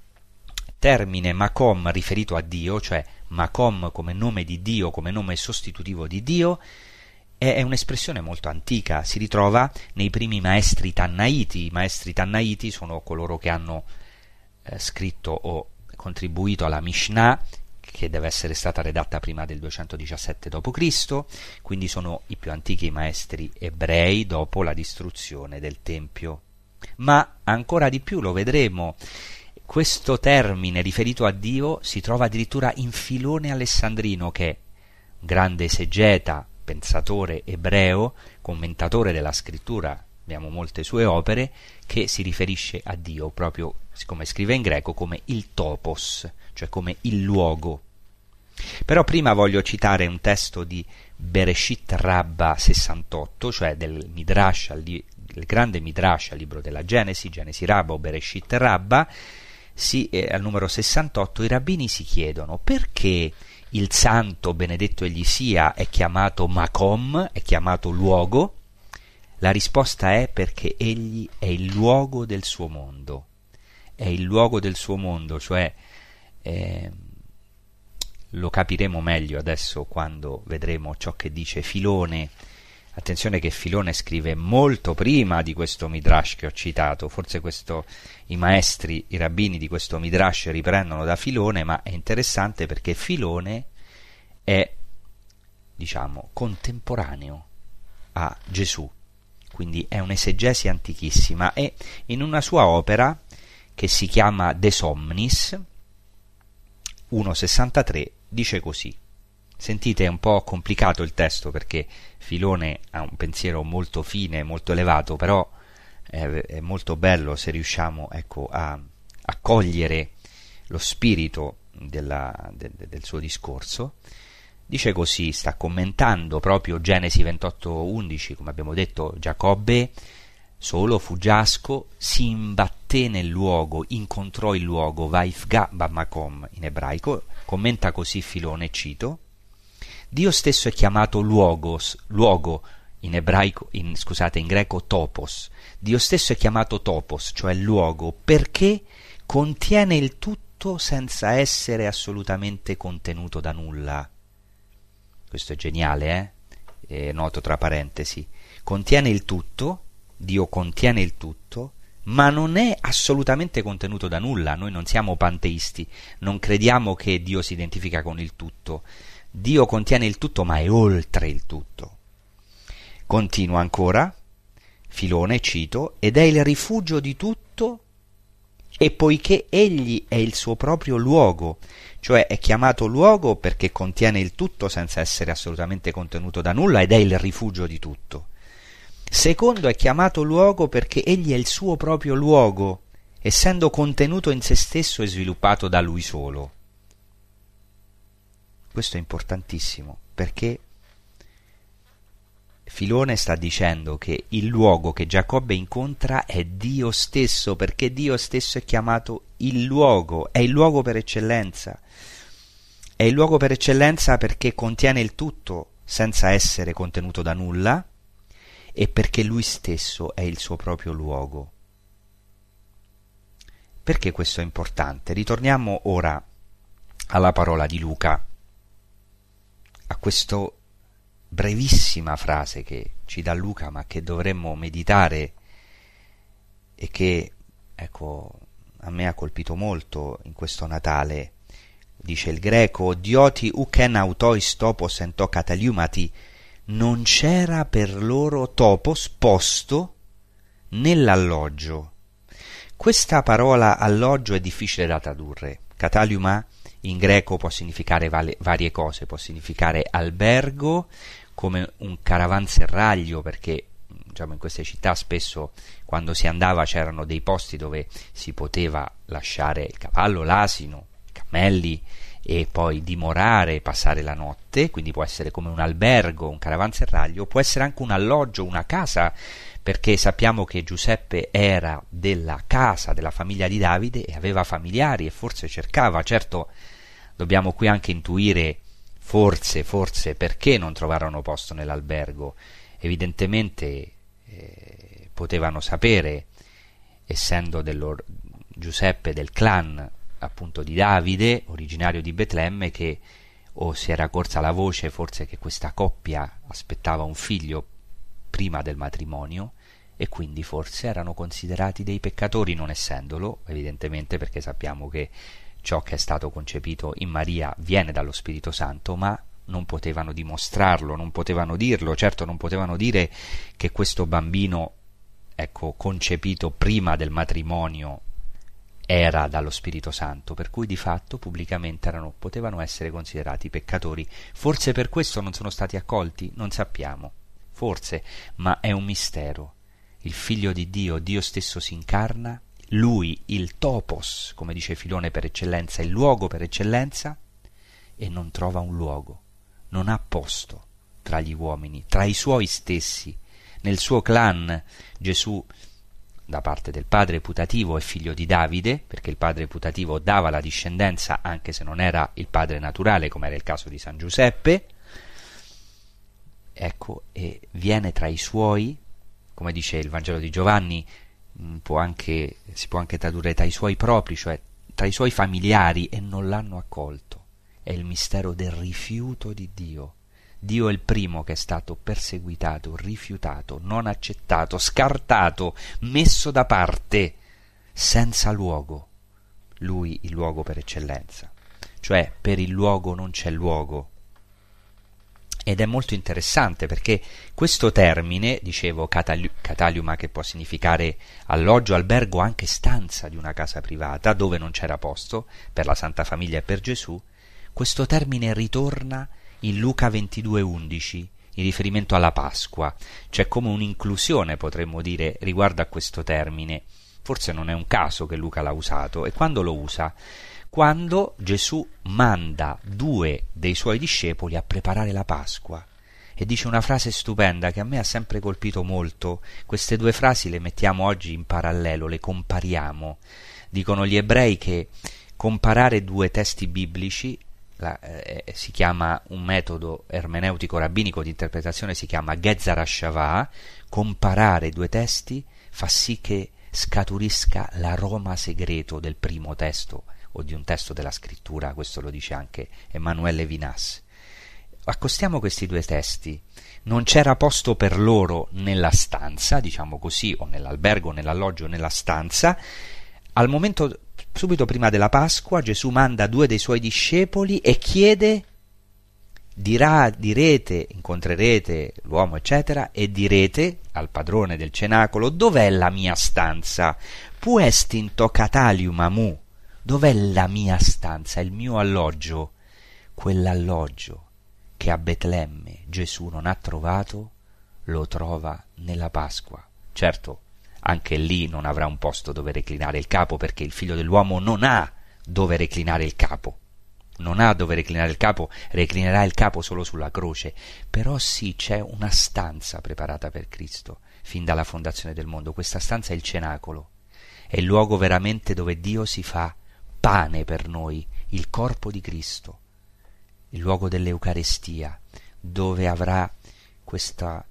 termine Makom riferito a Dio, cioè Makom come nome di Dio, come nome sostitutivo di Dio, è un'espressione molto antica, si ritrova nei primi maestri tannaiti. I maestri tannaiti sono coloro che hanno eh, scritto o contribuito alla Mishnah, che deve essere stata redatta prima del duecentodiciassette dopo Cristo, quindi sono i più antichi maestri ebrei dopo la distruzione del Tempio. Ma ancora di più, lo vedremo, questo termine riferito a Dio si trova addirittura in Filone Alessandrino, che è un grande esegeta, pensatore ebreo, commentatore della scrittura, abbiamo molte sue opere, che si riferisce a Dio proprio, come scrive in greco, come il topos, cioè come il luogo. Però prima voglio citare un testo di Bereshit Rabba sessantotto, cioè del Midrash, il grande Midrash al libro della Genesi, Genesi Rabba o Bereshit Rabba. Sì, eh, al numero sessantotto i rabbini si chiedono perché il santo, benedetto egli sia, è chiamato Makom, è chiamato luogo. La risposta è perché egli è il luogo del suo mondo, è il luogo del suo mondo, cioè eh, lo capiremo meglio adesso quando vedremo ciò che dice Filone. Attenzione che Filone scrive molto prima di questo Midrash che ho citato, forse questo, i maestri, i rabbini di questo Midrash riprendono da Filone, ma è interessante perché Filone è, diciamo, contemporaneo a Gesù, quindi è un'esegesi antichissima, e in una sua opera che si chiama De Somnis uno sessantatré dice così. Sentite, è un po' complicato il testo perché Filone ha un pensiero molto fine, molto elevato, però è, è molto bello se riusciamo, ecco, a, a cogliere lo spirito della, de, del suo discorso. Dice così, sta commentando proprio Genesi ventotto undici, come abbiamo detto, Giacobbe solo fu giasco, si imbatté nel luogo, incontrò il luogo, vaifga bamakom in ebraico, commenta così Filone, cito: Dio stesso è chiamato luogos, luogo in ebraico, in, scusate, in greco topos. Dio stesso è chiamato topos, cioè luogo, perché contiene il tutto tutto senza essere assolutamente contenuto da nulla. Questo è geniale, eh? eh noto tra parentesi. Contiene il tutto, Dio contiene il tutto, ma non è assolutamente contenuto da nulla. Noi non siamo panteisti, non crediamo che Dio si identifica con il tutto. Dio contiene il tutto, ma è oltre il tutto. Continua ancora, Filone, cito, ed è il rifugio di tutto, e poiché egli è il suo proprio luogo, cioè è chiamato luogo perché contiene il tutto senza essere assolutamente contenuto da nulla ed è il rifugio di tutto. Secondo, è chiamato luogo perché egli è il suo proprio luogo, essendo contenuto in se stesso e sviluppato da lui solo. Questo è importantissimo, perché Filone sta dicendo che il luogo che Giacobbe incontra è Dio stesso, perché Dio stesso è chiamato il luogo, è il luogo per eccellenza. È il luogo per eccellenza perché contiene il tutto senza essere contenuto da nulla e perché lui stesso è il suo proprio luogo. Perché questo è importante? Ritorniamo ora alla parola di Luca, a questa brevissima frase che ci dà Luca, ma che dovremmo meditare e che, ecco, a me ha colpito molto in questo Natale. Dice il greco: dioti uken autois topos en to kataliumati, non c'era per loro topos posto nell'alloggio. Questa parola alloggio è difficile da tradurre. Kataliuma in greco può significare vale, varie cose, può significare albergo, come un caravanserraglio, perché diciamo in queste città spesso quando si andava c'erano dei posti dove si poteva lasciare il cavallo, l'asino, i cammelli e poi dimorare, passare la notte, quindi può essere come un albergo, un caravanserraglio, può essere anche un alloggio, una casa, perché sappiamo che Giuseppe era della casa, della famiglia di Davide e aveva familiari e forse cercava, certo dobbiamo qui anche intuire forse, forse perché non trovarono posto nell'albergo. Evidentemente eh, potevano sapere, essendo dello, Giuseppe del clan appunto di Davide, originario di Betlemme, che o si era corsa la voce forse che questa coppia aspettava un figlio prima del matrimonio e quindi forse erano considerati dei peccatori, non essendolo evidentemente, perché sappiamo che ciò che è stato concepito in Maria viene dallo Spirito Santo, ma non potevano dimostrarlo, non potevano dirlo. Certo non potevano dire che questo bambino, ecco, concepito prima del matrimonio era dallo Spirito Santo, per cui di fatto pubblicamente erano, potevano essere considerati peccatori. Forse per questo non sono stati accolti, non sappiamo, forse, ma è un mistero. Il Figlio di Dio, Dio stesso si incarna, lui il topos, come dice Filone per eccellenza, il luogo per eccellenza, e non trova un luogo, non ha posto tra gli uomini, tra i suoi stessi. Nel suo clan Gesù, da parte del padre putativo, è figlio di Davide, perché il padre putativo dava la discendenza anche se non era il padre naturale, come era il caso di San Giuseppe, ecco, e viene tra i suoi, come dice il Vangelo di Giovanni, può anche, si può anche tradurre tra i suoi propri, cioè tra i suoi familiari, e non l'hanno accolto. È il mistero del rifiuto di Dio. Dio è il primo che è stato perseguitato, rifiutato, non accettato, scartato, messo da parte, senza luogo. Lui il luogo per eccellenza. Cioè per il luogo non c'è luogo. Ed è molto interessante perché questo termine, dicevo, catali- cataliuma, che può significare alloggio, albergo, anche stanza di una casa privata, dove non c'era posto per la Santa Famiglia e per Gesù, questo termine ritorna in Luca ventidue undici, in riferimento alla Pasqua. C'è come un'inclusione, potremmo dire, riguardo a questo termine. Forse non è un caso che Luca l'ha usato. E quando lo usa? Quando Gesù manda due dei suoi discepoli a preparare la Pasqua. E dice una frase stupenda che a me ha sempre colpito molto. Queste due frasi le mettiamo oggi in parallelo, le compariamo. Dicono gli ebrei che comparare due testi biblici La, eh, si chiama, un metodo ermeneutico rabbinico di interpretazione si chiama Gezer HaShavah. Comparare due testi fa sì che scaturisca l'aroma segreto del primo testo o di un testo della scrittura, questo lo dice anche Emanuele Levinas. Accostiamo questi due testi. Non c'era posto per loro nella stanza, diciamo così, o nell'albergo, nell'alloggio, nella stanza. Al momento, subito prima della Pasqua, Gesù manda due dei suoi discepoli e chiede, dirà, direte, incontrerete l'uomo, eccetera, e direte al padrone del cenacolo: dov'è la mia stanza? Pu est in to catalium amu? Dov'è la mia stanza, il mio alloggio? Quell'alloggio che a Betlemme Gesù non ha trovato, lo trova nella Pasqua. Certo, anche lì non avrà un posto dove reclinare il capo, perché il figlio dell'uomo non ha dove reclinare il capo. Non ha dove reclinare il capo, reclinerà il capo solo sulla croce. Però sì, c'è una stanza preparata per Cristo fin dalla fondazione del mondo. Questa stanza è il cenacolo, è il luogo veramente dove Dio si fa pane per noi, il corpo di Cristo, il luogo dell'Eucarestia, dove avrà questa,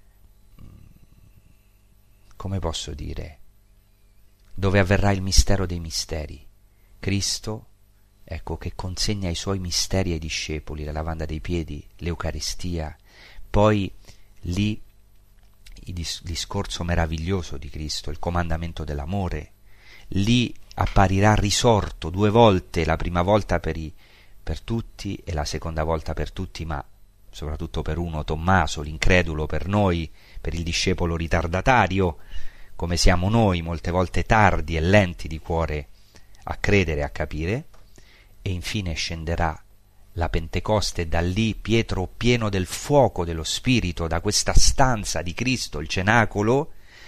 come posso dire, dove avverrà il mistero dei misteri. Cristo, ecco, che consegna i suoi misteri ai discepoli, la lavanda dei piedi, l'Eucaristia, poi lì il dis- discorso meraviglioso di Cristo, il comandamento dell'amore, lì apparirà risorto due volte, la prima volta per, i, per tutti e la seconda volta per tutti, ma soprattutto per uno, Tommaso, l'incredulo, per noi, per il discepolo ritardatario, come siamo noi, molte volte tardi e lenti di cuore a credere, a capire. E infine scenderà la Pentecoste, e da lì Pietro, pieno del fuoco dello Spirito, da questa stanza di Cristo, il cenacolo,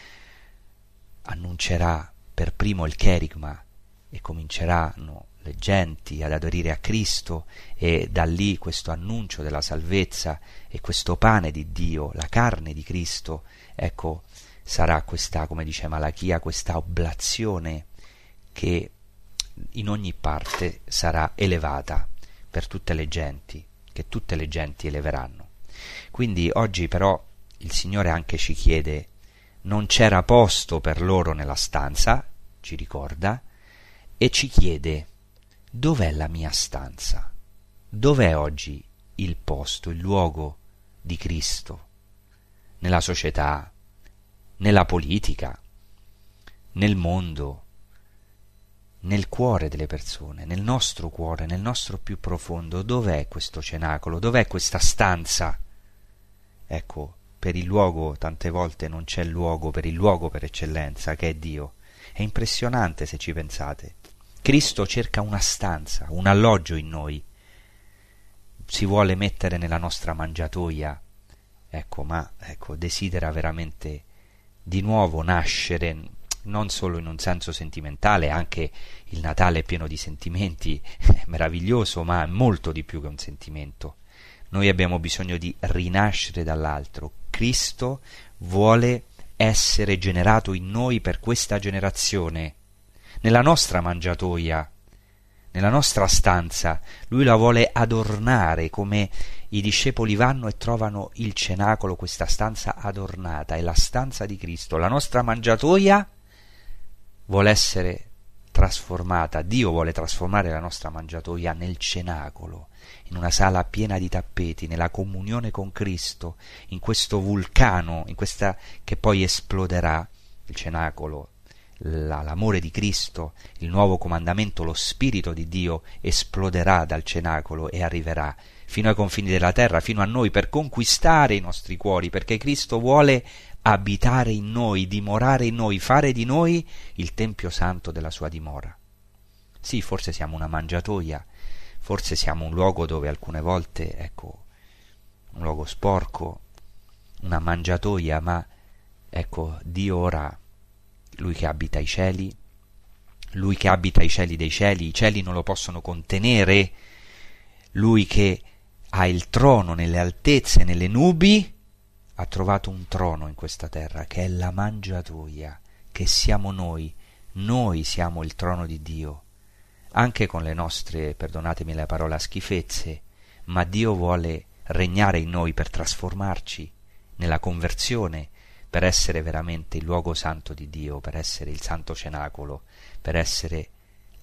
annuncerà per primo il cherigma e cominceranno le genti ad aderire a Cristo, e da lì questo annuncio della salvezza e questo pane di Dio, la carne di Cristo, ecco, sarà questa, come dice Malachia, questa oblazione che in ogni parte sarà elevata per tutte le genti, che tutte le genti eleveranno. Quindi oggi però il Signore anche ci chiede: non c'era posto per loro nella stanza, ci ricorda, e ci chiede: dov'è la mia stanza? Dov'è oggi il posto, il luogo di Cristo? Nella società, nella politica, nel mondo, nel cuore delle persone, nel nostro cuore, nel nostro più profondo. Dov'è questo cenacolo? Dov'è questa stanza? Ecco, per il luogo tante volte non c'è luogo, per il luogo per eccellenza, che è Dio. È impressionante se ci pensate. Cristo cerca una stanza, un alloggio in noi. Si vuole mettere nella nostra mangiatoia, ecco, ma ecco, desidera veramente di nuovo nascere, non solo in un senso sentimentale. Anche il Natale è pieno di sentimenti, è meraviglioso, ma è molto di più che un sentimento. Noi abbiamo bisogno di rinascere dall'altro. Cristo vuole essere generato in noi per questa generazione, nella nostra mangiatoia, nella nostra stanza. Lui la vuole adornare, come i discepoli vanno e trovano il cenacolo, questa stanza adornata, è la stanza di Cristo. La nostra mangiatoia vuole essere trasformata, Dio vuole trasformare la nostra mangiatoia nel cenacolo, in una sala piena di tappeti, nella comunione con Cristo, in questo vulcano, in questa che poi esploderà, il cenacolo, la, l'amore di Cristo, il nuovo comandamento, lo Spirito di Dio esploderà dal cenacolo e arriverà fino ai confini della terra, fino a noi, per conquistare i nostri cuori, perché Cristo vuole abitare in noi, dimorare in noi, fare di noi il Tempio Santo della sua dimora. Sì, forse siamo una mangiatoia, forse siamo un luogo dove alcune volte, ecco, un luogo sporco, una mangiatoia, ma ecco, Dio ora, Lui che abita ai cieli, Lui che abita ai cieli dei cieli, i cieli non lo possono contenere, Lui che ha il trono nelle altezze, nelle nubi, ha trovato un trono in questa terra, che è la mangiatoia, che siamo noi. Noi siamo il trono di Dio, anche con le nostre, perdonatemi la parola, schifezze, ma Dio vuole regnare in noi per trasformarci nella conversione, per essere veramente il luogo santo di Dio, per essere il santo cenacolo, per essere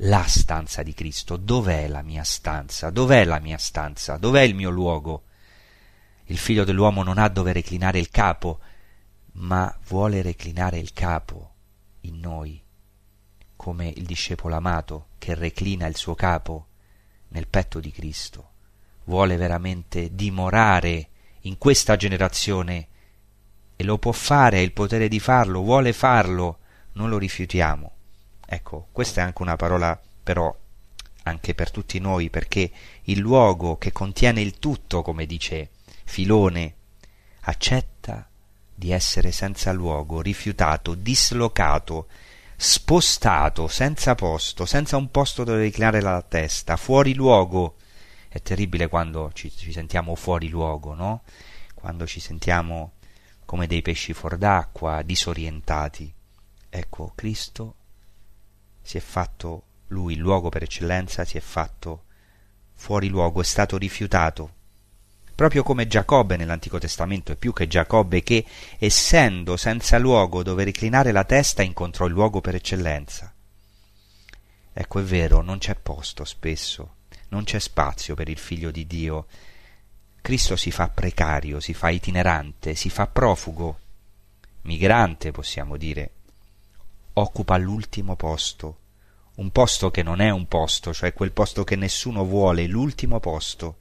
la stanza di Cristo. Dov'è la mia stanza? Dov'è la mia stanza? Dov'è il mio luogo? Il Figlio dell'uomo non ha dove reclinare il capo, ma vuole reclinare il capo in noi, come il discepolo amato che reclina il suo capo nel petto di Cristo. Vuole veramente dimorare in questa generazione e lo può fare, ha il potere di farlo, vuole farlo, non lo rifiutiamo. Ecco, questa è anche una parola però anche per tutti noi, perché il luogo che contiene il tutto, come dice Filone, accetta di essere senza luogo, rifiutato, dislocato, spostato, senza posto, senza un posto dove reclinare la testa, fuori luogo. È terribile quando ci, ci sentiamo fuori luogo, no? Quando ci sentiamo come dei pesci fuor d'acqua, disorientati. Ecco, Cristo si è fatto, Lui, il luogo per eccellenza, si è fatto fuori luogo, è stato rifiutato. Proprio come Giacobbe nell'Antico Testamento, è più che Giacobbe che, essendo senza luogo dove reclinare la testa, incontrò il luogo per eccellenza. Ecco, è vero, non c'è posto spesso, non c'è spazio per il Figlio di Dio. Cristo si fa precario, si fa itinerante, si fa profugo, migrante possiamo dire, occupa l'ultimo posto, un posto che non è un posto, cioè quel posto che nessuno vuole, l'ultimo posto.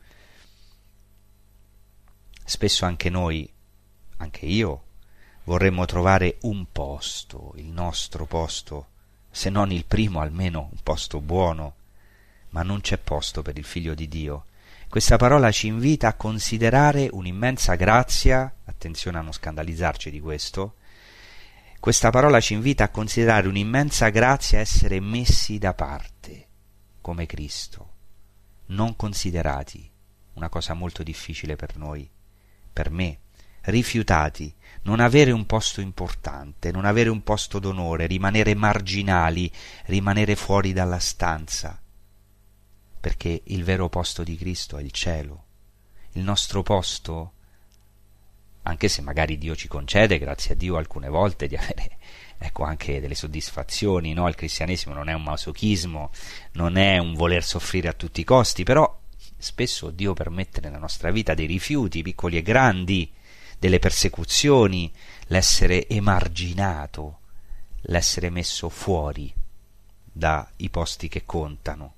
Spesso anche noi, anche io, vorremmo trovare un posto, il nostro posto, se non il primo almeno un posto buono, ma non c'è posto per il Figlio di Dio. Questa parola ci invita a considerare un'immensa grazia, attenzione a non scandalizzarci di questo, questa parola ci invita a considerare un'immensa grazia essere messi da parte, come Cristo, non considerati, una cosa molto difficile per noi, per me, rifiutati, non avere un posto importante, non avere un posto d'onore, rimanere marginali, rimanere fuori dalla stanza, perché il vero posto di Cristo è il cielo. Il nostro posto, anche se magari Dio ci concede, grazie a Dio, alcune volte di avere ecco anche delle soddisfazioni, no? Il cristianesimo non è un masochismo, non è un voler soffrire a tutti i costi, però spesso Dio permette nella nostra vita dei rifiuti, piccoli e grandi, delle persecuzioni, l'essere emarginato, l'essere messo fuori dai posti che contano.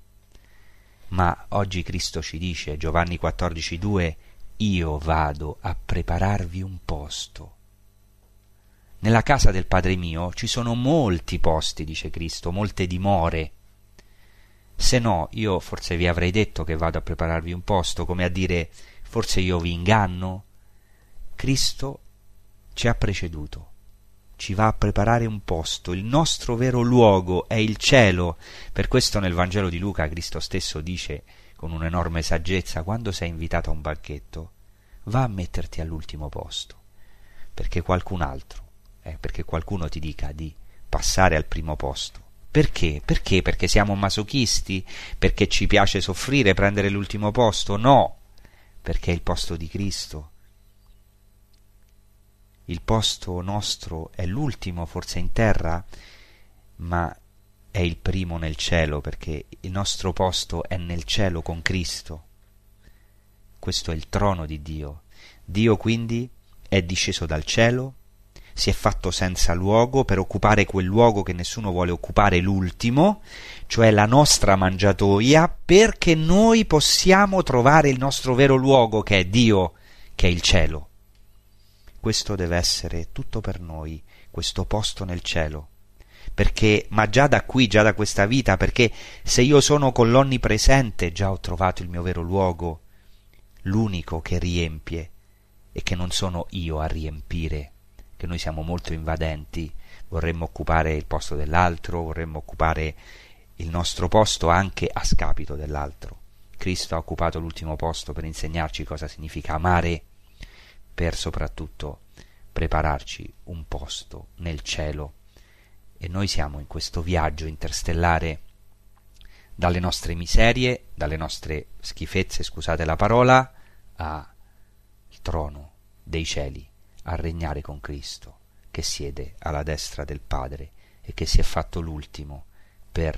Ma oggi Cristo ci dice, Giovanni quattordici due, io vado a prepararvi un posto. Nella casa del Padre mio ci sono molti posti, dice Cristo, molte dimore. Se no, io forse vi avrei detto che vado a prepararvi un posto, come a dire, forse io vi inganno. Cristo ci ha preceduto, ci va a preparare un posto, il nostro vero luogo è il cielo. Per questo nel Vangelo di Luca Cristo stesso dice con un'enorme saggezza, quando sei invitato a un banchetto, va a metterti all'ultimo posto, perché qualcun altro, eh, perché qualcuno ti dica di passare al primo posto. Perché? Perché? Perché siamo masochisti? Perché ci piace soffrire, prendere l'ultimo posto? No, perché è il posto di Cristo. Il posto nostro è l'ultimo forse in terra, ma è il primo nel cielo, perché il nostro posto è nel cielo con Cristo. Questo è il trono di Dio. Dio quindi è disceso dal cielo, si è fatto senza luogo per occupare quel luogo che nessuno vuole occupare, l'ultimo, cioè la nostra mangiatoia, perché noi possiamo trovare il nostro vero luogo, che è Dio, che è il cielo. Questo deve essere tutto per noi, questo posto nel cielo. Perché, ma già da qui, già da questa vita, perché se io sono con l'Onnipresente già ho trovato il mio vero luogo, l'unico che riempie, e che non sono io a riempire, che noi siamo molto invadenti, vorremmo occupare il posto dell'altro, vorremmo occupare il nostro posto anche a scapito dell'altro. Cristo ha occupato l'ultimo posto per insegnarci cosa significa amare, per soprattutto prepararci un posto nel cielo. E noi siamo in questo viaggio interstellare dalle nostre miserie, dalle nostre schifezze, scusate la parola, al trono dei cieli, a regnare con Cristo, che siede alla destra del Padre e che si è fatto l'ultimo per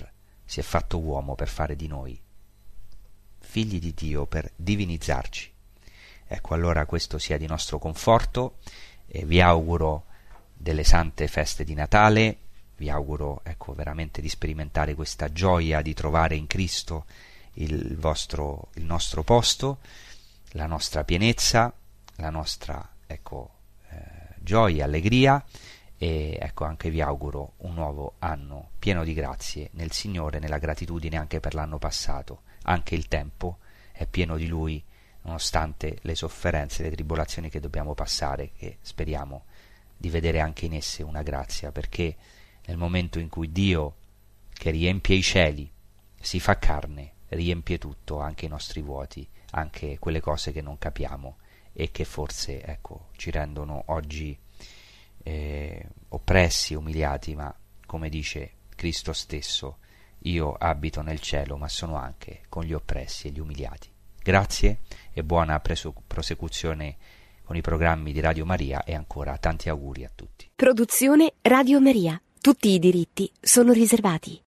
si è fatto uomo per fare di noi figli di Dio, per divinizzarci. Ecco, allora questo sia di nostro conforto e vi auguro delle sante feste di Natale, vi auguro ecco veramente di sperimentare questa gioia di trovare in Cristo il vostro il nostro posto, la nostra pienezza, la nostra ecco eh, gioia, allegria, e ecco anche vi auguro un nuovo anno pieno di grazie nel Signore, nella gratitudine anche per l'anno passato. Anche il tempo è pieno di Lui, nonostante le sofferenze, le tribolazioni che dobbiamo passare, che speriamo di vedere anche in esse una grazia, perché nel momento in cui Dio, che riempie i cieli, si fa carne, riempie tutto, anche i nostri vuoti, anche quelle cose che non capiamo e che forse ecco ci rendono oggi eh, oppressi, umiliati, ma come dice Cristo stesso, io abito nel cielo, ma sono anche con gli oppressi e gli umiliati. Grazie e buona preso- prosecuzione con i programmi di Radio Maria, e ancora tanti auguri a tutti. Produzione Radio Maria. Tutti i diritti sono riservati.